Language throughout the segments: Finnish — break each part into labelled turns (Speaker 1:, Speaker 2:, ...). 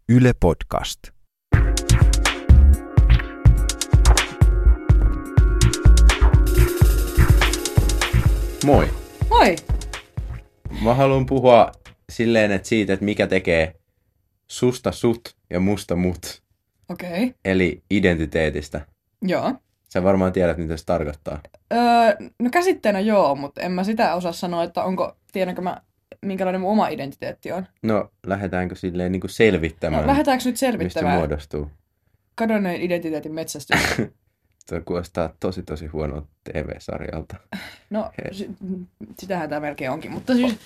Speaker 1: Yle Podcast.
Speaker 2: Moi.
Speaker 3: Moi!
Speaker 2: Mä haluan puhua silleen, että siitä, että mikä tekee susta sut ja musta mut.
Speaker 3: Okei.
Speaker 2: Eli identiteetistä.
Speaker 3: Joo.
Speaker 2: Sä varmaan tiedät, mitä se tarkoittaa.
Speaker 3: No käsitteenä joo, mutta en mä sitä osaa sanoa, että tiedänkö mä, minkälainen mun oma identiteetti on.
Speaker 2: No, lähdetäänkö silleen niin kuin selvittämään,
Speaker 3: No, lähdetäänkö nyt
Speaker 2: mistä
Speaker 3: selvittämään
Speaker 2: se muodostuu?
Speaker 3: kadonneen identiteetin metsästys?
Speaker 2: Tuo kuulostaa tosi huonolta TV-sarjalta.
Speaker 3: No, sitähän tää melkein onkin, mutta siis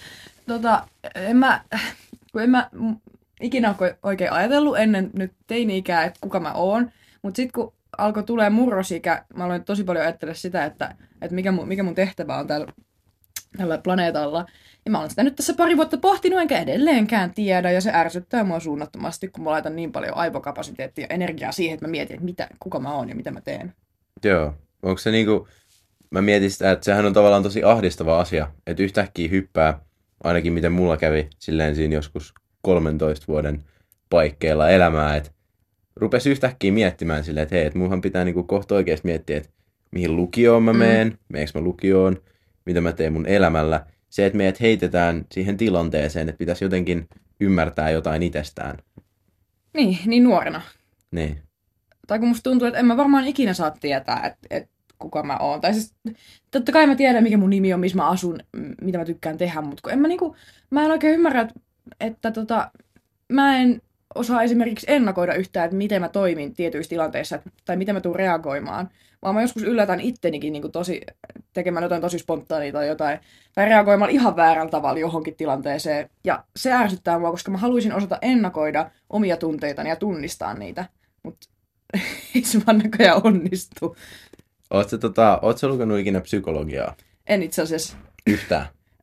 Speaker 3: en mä ikinä ole oikein ajatellut ennen nyt teini-ikää, että kuka mä oon, mutta sitten kun alkoi tulee murrosikä, mä aloin tosi paljon ajattelemaan sitä, että mikä mun tehtävä on tällä planeetalla. Ja mä olen sitä nyt tässä pari vuotta pohtinut, enkä edelleenkään tiedä, ja se ärsyttää mua suunnattomasti, kun mä laitan niin paljon aivokapasiteettia ja energiaa siihen, että mä mietin, että kuka mä oon ja mitä mä teen.
Speaker 2: Joo. Onko se niinku, mä mietin sitä, että sehän on tavallaan tosi ahdistava asia, että yhtäkkiä hyppää, ainakin miten mulla kävi silleen siinä joskus 13 vuoden paikkeilla elämää, että rupesi yhtäkkiä miettimään silleen, että hei, että munhan pitää niinku kohta oikeasti miettiä, että mihin lukioon mä meneekö mä lukioon, mitä mä teen mun elämällä. Se, että meidät heitetään siihen tilanteeseen, että pitäisi jotenkin ymmärtää jotain itsestään.
Speaker 3: Niin nuorena.
Speaker 2: Niin.
Speaker 3: Tai kun musta tuntuu, että en mä varmaan ikinä saa tietää, että kuka mä oon. Tai siis, totta kai mä tiedän, mikä mun nimi on, missä mä asun, mitä mä tykkään tehdä, mutta kun mä en oikein ymmärrä, että mä en osaa esimerkiksi ennakoida yhtään, että miten mä toimin tietyissä tilanteissa, tai miten mä tuun reagoimaan. Vaan mä joskus yllätän ittenikin niin tekemään jotain tosi spontaania tai jotain, tai reagoimaan ihan väärällä tavalla johonkin tilanteeseen. Ja se ärsyttää mua, koska mä haluaisin osata ennakoida omia tunteitani ja tunnistaa niitä. Mutta ei se vaan näköjään onnistu.
Speaker 2: Ootko lukenut ikinä psykologiaa?
Speaker 3: En itse asiassa.
Speaker 2: Yhtään?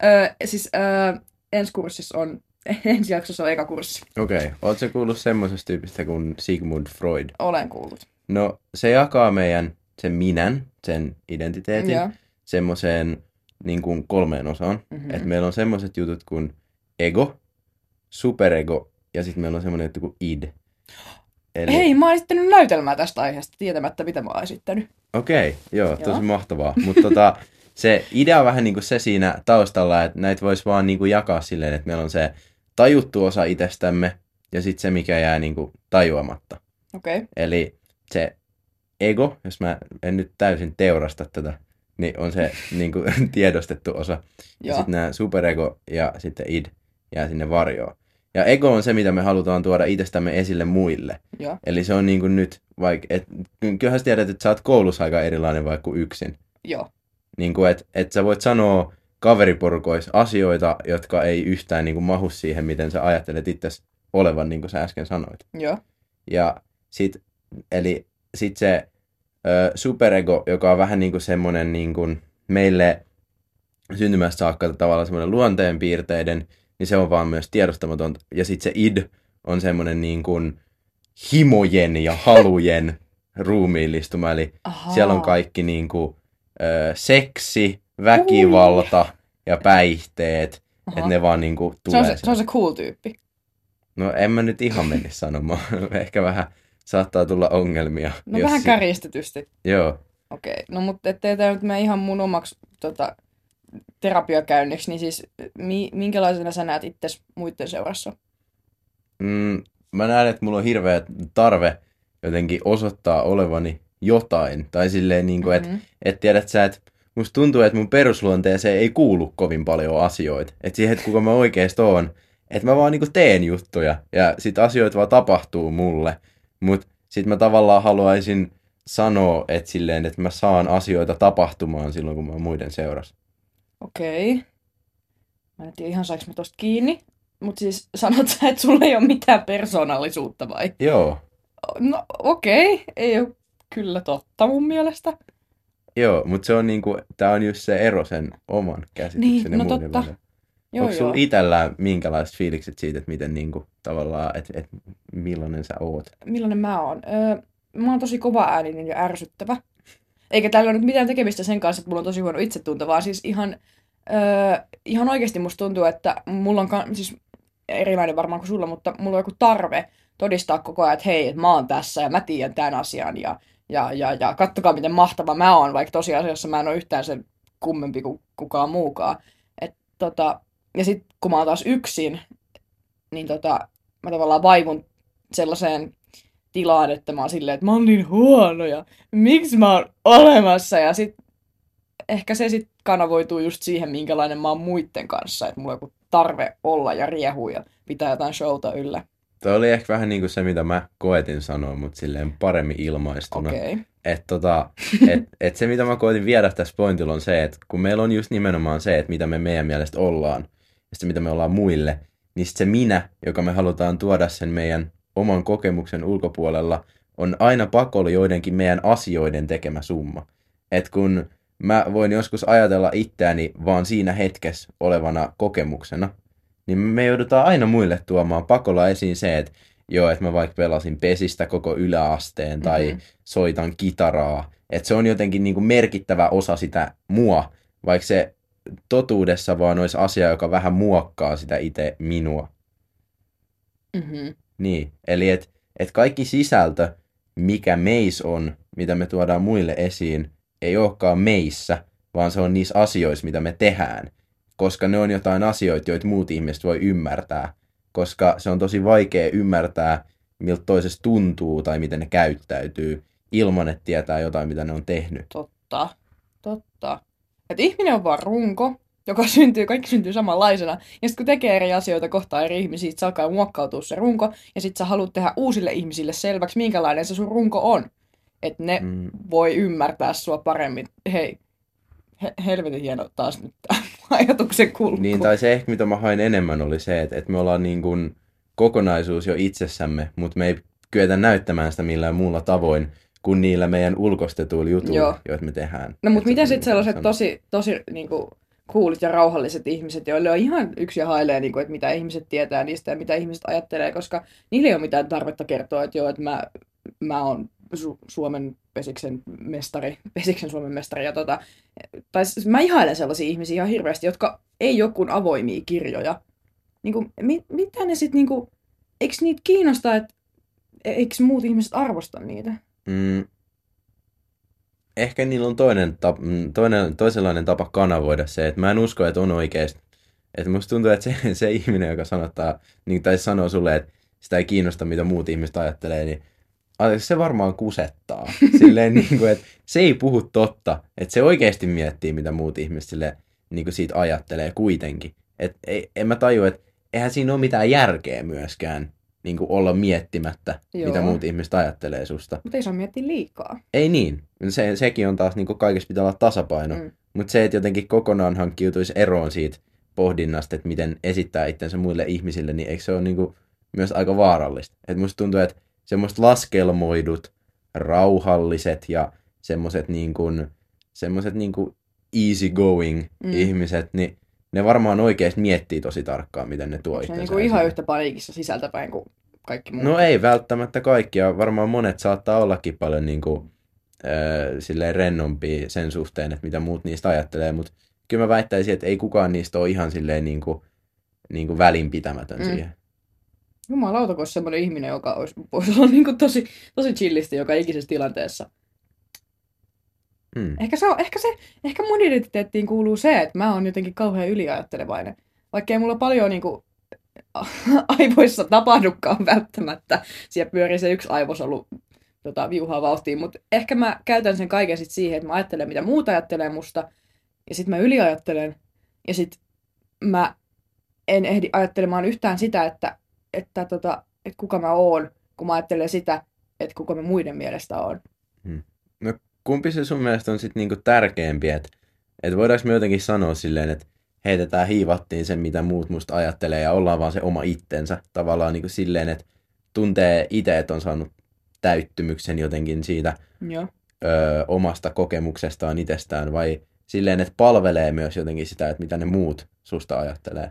Speaker 3: Ensi jaksossa on eka kurssi.
Speaker 2: Okei. Ootko kuullut semmoisesta tyypistä kuin Sigmund Freud?
Speaker 3: Olen kuullut.
Speaker 2: No, se jakaa sen identiteetin, semmoiseen niin kuin 3 osaan.
Speaker 3: Mm-hmm.
Speaker 2: Että meillä on semmoiset jutut kuin ego, superego ja sitten meillä on semmoinen juttu kuin id. Eli...
Speaker 3: Hei, mä oon esittänyt näytelmää tästä aiheesta, tietämättä mitä mä oon esittänyt.
Speaker 2: Okei, joo, tosi mahtavaa. Mutta se idea on vähän niin kuin se siinä taustalla, että näitä voisi vaan niin kuin jakaa silleen, että meillä on se tajuttu osa itsestämme ja sitten se, mikä jää niin kuin tajuamatta.
Speaker 3: Okei.
Speaker 2: Eli se ego, jos mä en nyt täysin teurasta tätä, niin on se niin kuin tiedostettu osa. Ja sitten nämä superego ja sitten id jää sinne varjoon. Ja ego on se, mitä me halutaan tuoda itsestämme esille muille.
Speaker 3: Joo.
Speaker 2: Eli se on niin kuin nyt, kyllähän sä tiedät, että sä oot koulussa aika erilainen vaikka kuin yksin.
Speaker 3: Joo.
Speaker 2: Niin kuin, että sä voit sanoa kaveriporukoissa asioita, jotka ei yhtään niin kuin mahu siihen, miten sä ajattelet itsesi olevan, niin kuin sä äsken sanoit.
Speaker 3: Joo.
Speaker 2: Ja sit se superego, joka on vähän niin kuin semmoinen niin kuin meille syntymästä saakka tavallaan semmoinen luonteenpiirteiden, niin se on vaan myös tiedostamatonta. Ja sitten se id on semmoinen niin kuin himojen ja halujen ruumiillistuma. Eli siellä on kaikki niin kuin, seksi, väkivalta ja päihteet. Että ne vaan niin kuin tulee.
Speaker 3: Se on se cool tyyppi.
Speaker 2: No en mä nyt ihan menisi sanomaan. Ehkä vähän saattaa tulla ongelmia.
Speaker 3: No vähän kärjistetysti.
Speaker 2: Joo.
Speaker 3: Okei. No mutta ettei tämä nyt mene ihan mun omaksi terapiakäynniksi, niin siis minkälaisena sä näet itsesi muiden seurassa?
Speaker 2: Mä näen, että mulla on hirveä tarve jotenkin osoittaa olevani jotain. Tai silleen, niin kuin, että tiedät sä, että musta tuntuu, että mun perusluonteeseen ei kuulu kovin paljon asioita. Että siihen, että kuka mä oikeesti oon. Että mä vaan niin kuin teen juttuja ja sit asioita vaan tapahtuu mulle. Mut sit mä tavallaan haluaisin sanoa, että silleen, että mä saan asioita tapahtumaan silloin, kun mä oon muiden seurassa.
Speaker 3: Okei. Mä en tiedä ihan saanko mä tosta kiinni. Mut siis sanot sä, että sulla ei ole mitään persoonallisuutta vai?
Speaker 2: Joo.
Speaker 3: No okei. Ei ole kyllä totta mun mielestä.
Speaker 2: Joo, mutta se on niinku, tää on just se ero sen oman käsityksen ja muiden välillä. Onko sulla itsellään minkälaiset fiilikset siitä, että miten niinku tavallaan, että millainen sä oot?
Speaker 3: Millainen mä oon? Mä oon tosi kova ääninen ja ärsyttävä. Eikä tällä ole nyt mitään tekemistä sen kanssa, että mulla on tosi huono itsetunto, vaan siis ihan oikeasti musta tuntuu, että mulla on siis erilainen varmaan kuin sulla, mutta mulla on joku tarve todistaa koko ajan, että hei, että mä oon tässä ja mä tiedän tämän asian ja kattokaa miten mahtava mä oon, vaikka tosiasiassa mä en ole yhtään sen kummempi kuin kukaan muukaan. Ja sitten kun mä oon taas yksin, niin mä tavallaan vaivun sellaiseen tilaan, että mä oon silleen, että mä oon niin huono ja miksi mä oon olemassa. Ja sit ehkä se sit kanavoituu just siihen, minkälainen mä oon muitten kanssa. Että mulla on joku tarve olla ja riehua ja pitää jotain showta yllä.
Speaker 2: Toi oli ehkä vähän niin kuin se, mitä mä koetin sanoa, mutta silleen paremmin ilmaistuna.
Speaker 3: Okei.
Speaker 2: Et se, mitä mä koetin viedä tässä pointilla on se, että kun meillä on just nimenomaan se, että mitä me meidän mielestä ollaan, ja se, mitä me ollaan muille, niin sit se minä, joka me halutaan tuoda sen meidän oman kokemuksen ulkopuolella, on aina pakolla joidenkin meidän asioiden tekemä summa. Et kun mä voin joskus ajatella itseäni vaan siinä hetkessä olevana kokemuksena, niin me joudutaan aina muille tuomaan pakolla esiin se, että joo, että mä vaikka pelasin pesistä koko yläasteen tai soitan kitaraa. Että se on jotenkin niin kuin merkittävä osa sitä mua, vaikka se totuudessa vaan olisi asia, joka vähän muokkaa sitä itse minua.
Speaker 3: Mm-hmm.
Speaker 2: Niin, eli et kaikki sisältö, mikä meis on, mitä me tuodaan muille esiin, ei olekaan meissä, vaan se on niissä asioissa, mitä me tehdään. Koska ne on jotain asioita, joita muut ihmiset voi ymmärtää. Koska se on tosi vaikea ymmärtää, miltä toisesta tuntuu tai miten ne käyttäytyy, ilman että tietää jotain, mitä ne on tehnyt.
Speaker 3: Totta. Että ihminen on vaan runko, joka syntyy, kaikki syntyy samanlaisena. Ja sitten kun tekee eri asioita kohtaa eri ihmisiä, se alkaa muokkautua se runko. Ja sitten sä haluat tehdä uusille ihmisille selväksi, minkälainen se sun runko on. Että ne voi ymmärtää sua paremmin. Hei, helvetin hieno taas nyt tämä ajatuksen kulku.
Speaker 2: Niin, tai se ehkä mitä mä hain enemmän oli se, että me ollaan niin kuin kokonaisuus jo itsessämme, mutta me ei kyetä näyttämään sitä millään muulla tavoin kuin niillä meidän ulkostetuilla jutuilla, joita me tehdään.
Speaker 3: No mutta miten sitten sellaiset tosi niinku coolit ja rauhalliset ihmiset, joille on ihan yksi ja hailee, niinku, että mitä ihmiset tietää niistä ja mitä ihmiset ajattelee, koska niillä ei ole mitään tarvetta kertoa, että joo, että mä oon Suomen pesiksen Suomen mestari. Ja tai siis mä ihailen sellaisia ihmisiä ihan hirveästi, jotka ei ole kuin avoimia kirjoja. Niinku, mitä ne sitten, niinku, eikö niitä kiinnosta, että eikö muut ihmiset arvosta niitä?
Speaker 2: Ehkä niillä on toisenlainen tapa kanavoida se, että mä en usko, että on oikeasti. Että musta tuntuu, että se ihminen, joka sanoo sulle, että sitä ei kiinnosta, mitä muut ihmiset ajattelee, niin se varmaan kusettaa. Silleen, niin kuin, että se ei puhu totta. Että se oikeasti miettii, mitä muut ihmiset silleen, niin kuin siitä ajattelee kuitenkin. En mä tajua, että eihän siinä ole mitään järkeä myöskään niin kuin olla miettimättä, mitä muut ihmiset ajattelee susta.
Speaker 3: Mutta ei saa miettiä liikaa.
Speaker 2: Ei niin. Sekin on taas, niin kuin kaikessa pitää olla tasapaino. Mutta se, että jotenkin kokonaan hankkiutuisi eroon siitä pohdinnasta, että miten esittää itsensä muille ihmisille, niin eikö se ole niin kuin myös aika vaarallista. Että musta tuntuu, että semmoiset laskelmoidut, rauhalliset ja semmoiset niin kuin easy going ihmiset, niin ne varmaan oikeasti miettii tosi tarkkaan, miten ne tuo itsensä.
Speaker 3: Ne niin ihan yhtä paniikissa sisältäpäin kuin kaikki muut.
Speaker 2: No ei välttämättä kaikki, ja varmaan monet saattaa ollakin paljon niin kuin, silleen rennompia sen suhteen, että mitä muut niistä ajattelee, mutta kyllä mä väittäisin, että ei kukaan niistä ole ihan silleen niin kuin välinpitämätön siihen.
Speaker 3: Jumalauta, kun olisi semmoinen ihminen, joka voisi olla niin kuin tosi chillisti joka ikisessä tilanteessa. Ehkä mun identiteettiin kuuluu se, että mä oon jotenkin kauhean yliajattelevainen. Vaikka ei mulla paljon niin kuin aivoissa tapahdukaan välttämättä. Siellä pyörii se yksi aivosolu viuhaa vauhtiin. Mutta ehkä mä käytän sen kaiken sit siihen, että mä ajattelen, mitä muuta ajattelee musta. Ja sit mä yliajattelen. Ja sit mä en ehdi ajattelemaan yhtään sitä, että kuka mä oon, kun mä ajattelen sitä, että kuka mä muiden mielestä oon.
Speaker 2: No kumpi se sun mielestä on sitten niinku tärkeämpi, että voidaanko me jotenkin sanoa silleen, että heitetään hiivattiin sen, mitä muut musta ajattelee ja ollaan vaan se oma itsensä. Tavallaan niinku silleen, että tuntee itse, että on saanut täyttymyksen jotenkin siitä omasta kokemuksestaan itsestään, vai silleen, että palvelee myös jotenkin sitä, että mitä ne muut susta ajattelee?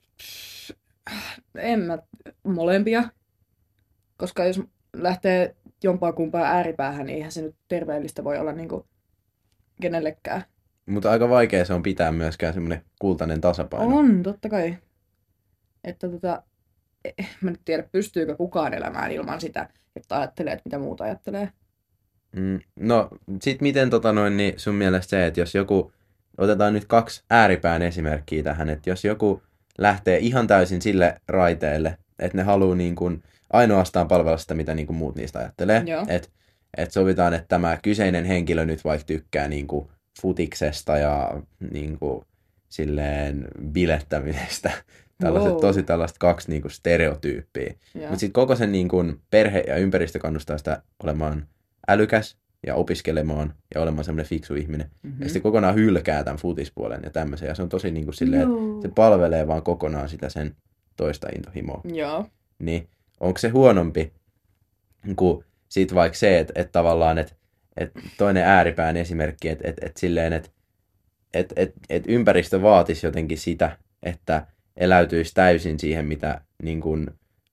Speaker 3: En mä molempia, koska jos lähtee jompaa kumpaa ääripäähän, niin eihän se nyt terveellistä voi olla niinku kenellekään.
Speaker 2: Mutta aika vaikea se on pitää myöskään semmoinen kultainen tasapaino.
Speaker 3: On, totta kai. Että mä nyt tiedä, pystyykö kukaan elämään ilman sitä, että ajattelee, että mitä muuta ajattelee.
Speaker 2: No, sit miten niin sun mielestä se, että jos joku, otetaan nyt kaksi ääripään esimerkkiä tähän, että jos joku lähtee ihan täysin sille raiteelle, että ne haluaa niin kuin ainoastaan palvella sitä, mitä niin kuin muut niistä ajattelee,
Speaker 3: Joo.
Speaker 2: että sovitaan, että tämä kyseinen henkilö nyt vaikka tykkää niin kuin futiksesta ja niin kuin silleen bilettämisestä, tällaiset
Speaker 3: Wow.
Speaker 2: tosi tällaiset kaksi niin kuin stereotyyppiä.
Speaker 3: Joo.
Speaker 2: Mutta sitten koko sen niin kuin perhe ja ympäristö kannustaa sitä olemaan älykäs ja opiskelemaan ja olemaan semmoinen fiksu ihminen.
Speaker 3: Mm-hmm.
Speaker 2: Ja sitten kokonaan hylkää tämän futispuolen ja tämmöisen. Ja se on tosi niin kuin silleen,
Speaker 3: Joo.
Speaker 2: että se palvelee vaan kokonaan sitä sen toista intohimoa.
Speaker 3: Joo.
Speaker 2: Niin onko se huonompi kuin sit vaikka se, että tavallaan, että toinen ääripään esimerkki, että silleen, että ympäristö vaatisi jotenkin sitä, että eläytyisi täysin siihen, mitä niin kuin,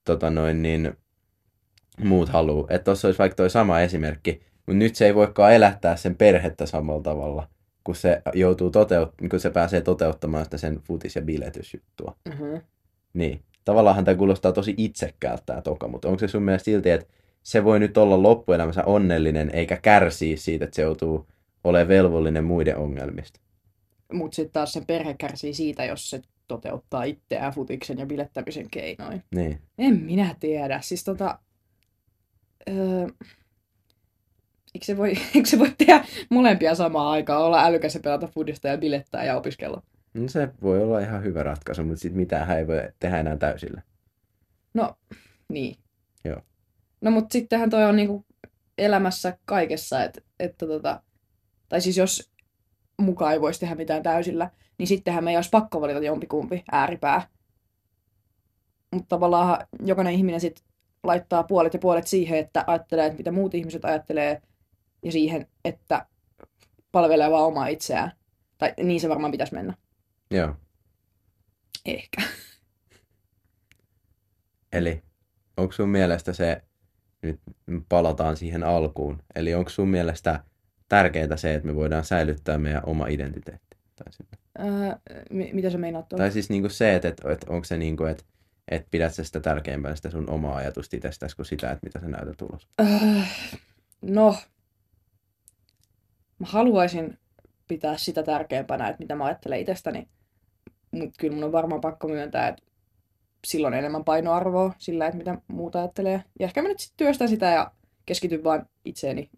Speaker 2: muut haluaa. Että tuossa olisi vaikka toi sama esimerkki, mutta nyt se ei voikaan elättää sen perhettä samalla tavalla, kun se joutuu kun se pääsee toteuttamaan sitä sen futis- ja biletysjuttua.
Speaker 3: Mm-hmm.
Speaker 2: Niin, tavallaan tämä kuulostaa tosi itsekkäältä tämä toka, mutta onko se sun mielestä silti, että se voi nyt olla loppuelämänsä onnellinen, eikä kärsiä siitä, että se joutuu olemaan velvollinen muiden ongelmista?
Speaker 3: Mutta sitten taas sen perhe kärsii siitä, jos se toteuttaa itseään futiksen ja bilettämisen keinoin.
Speaker 2: Niin.
Speaker 3: En minä tiedä. Siis eikö se voi tehdä molempia samaan aikaan? Olla älykäs ja pelata fudista ja bilettää ja opiskella?
Speaker 2: No se voi olla ihan hyvä ratkaisu, mutta sitten mitään ei voi tehdä enää täysillä.
Speaker 3: No, niin.
Speaker 2: Joo.
Speaker 3: No, mutta sittenhän toi on niinku elämässä kaikessa, tai siis jos mukaan ei voisi tehdä mitään täysillä, niin sittenhän me ei olisi pakko valita jompikumpi ääripää. Mutta tavallaan jokainen ihminen sitten laittaa puolet ja puolet siihen, että ajattelee, että mitä muut ihmiset ajattelee, ja siihen, että palvelee vaan omaa itseään. Tai niin se varmaan pitäisi mennä.
Speaker 2: Joo.
Speaker 3: Ehkä.
Speaker 2: Eli onko sun mielestä se, nyt palataan siihen alkuun, eli onko sun mielestä tärkeää se, että me voidaan säilyttää meidän oma identiteetti? Tai,
Speaker 3: Mitä se meinaat tuolla?
Speaker 2: tai siis niinku se, että onko se niinku, että pidät sä sitä tärkeämpää sitä sun omaa ajatusta itsestäsi kuin sitä, että mitä sä näytät ulos?
Speaker 3: No, mä haluaisin pitää sitä tärkeämpänä, että mitä mä ajattelen itsestäni. Mutta kyllä mun on varmaan pakko myöntää, että silloin enemmän painoarvoa sillä, että mitä muuta ajattelee. Ja ehkä mä nyt sitten työstän sitä ja keskityn vaan itseeni.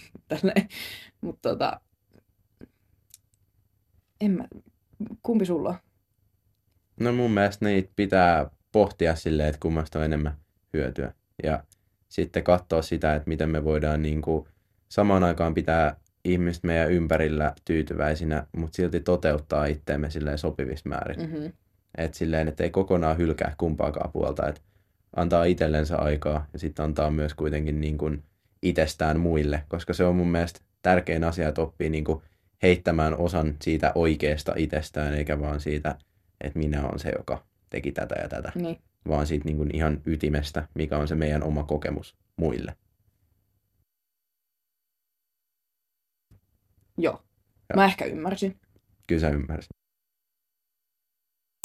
Speaker 3: Mutta kumpi sulla on?
Speaker 2: No mun mielestä niitä pitää pohtia silleen, että kummasta on enemmän hyötyä. Ja sitten katsoa sitä, että miten me voidaan niinku samaan aikaan pitää ihmiset meidän ympärillä tyytyväisinä, mutta silti toteuttaa itteemme silleen sopivissa määrin.
Speaker 3: Mm-hmm.
Speaker 2: Että silleen, että ei kokonaan hylkää kumpaakaan puolta, että antaa itsellensä aikaa ja sitten antaa myös kuitenkin niin kuin itsestään muille, koska se on mun mielestä tärkein asia, että oppii niin kuin heittämään osan siitä oikeasta itsestään, eikä vaan siitä, että minä olen se, joka teki tätä ja tätä,
Speaker 3: Niin.
Speaker 2: vaan siitä niin kuin ihan ytimestä, mikä on se meidän oma kokemus muille.
Speaker 3: Joo. Mä ehkä ymmärsin.
Speaker 2: Kyllä sä ymmärsit.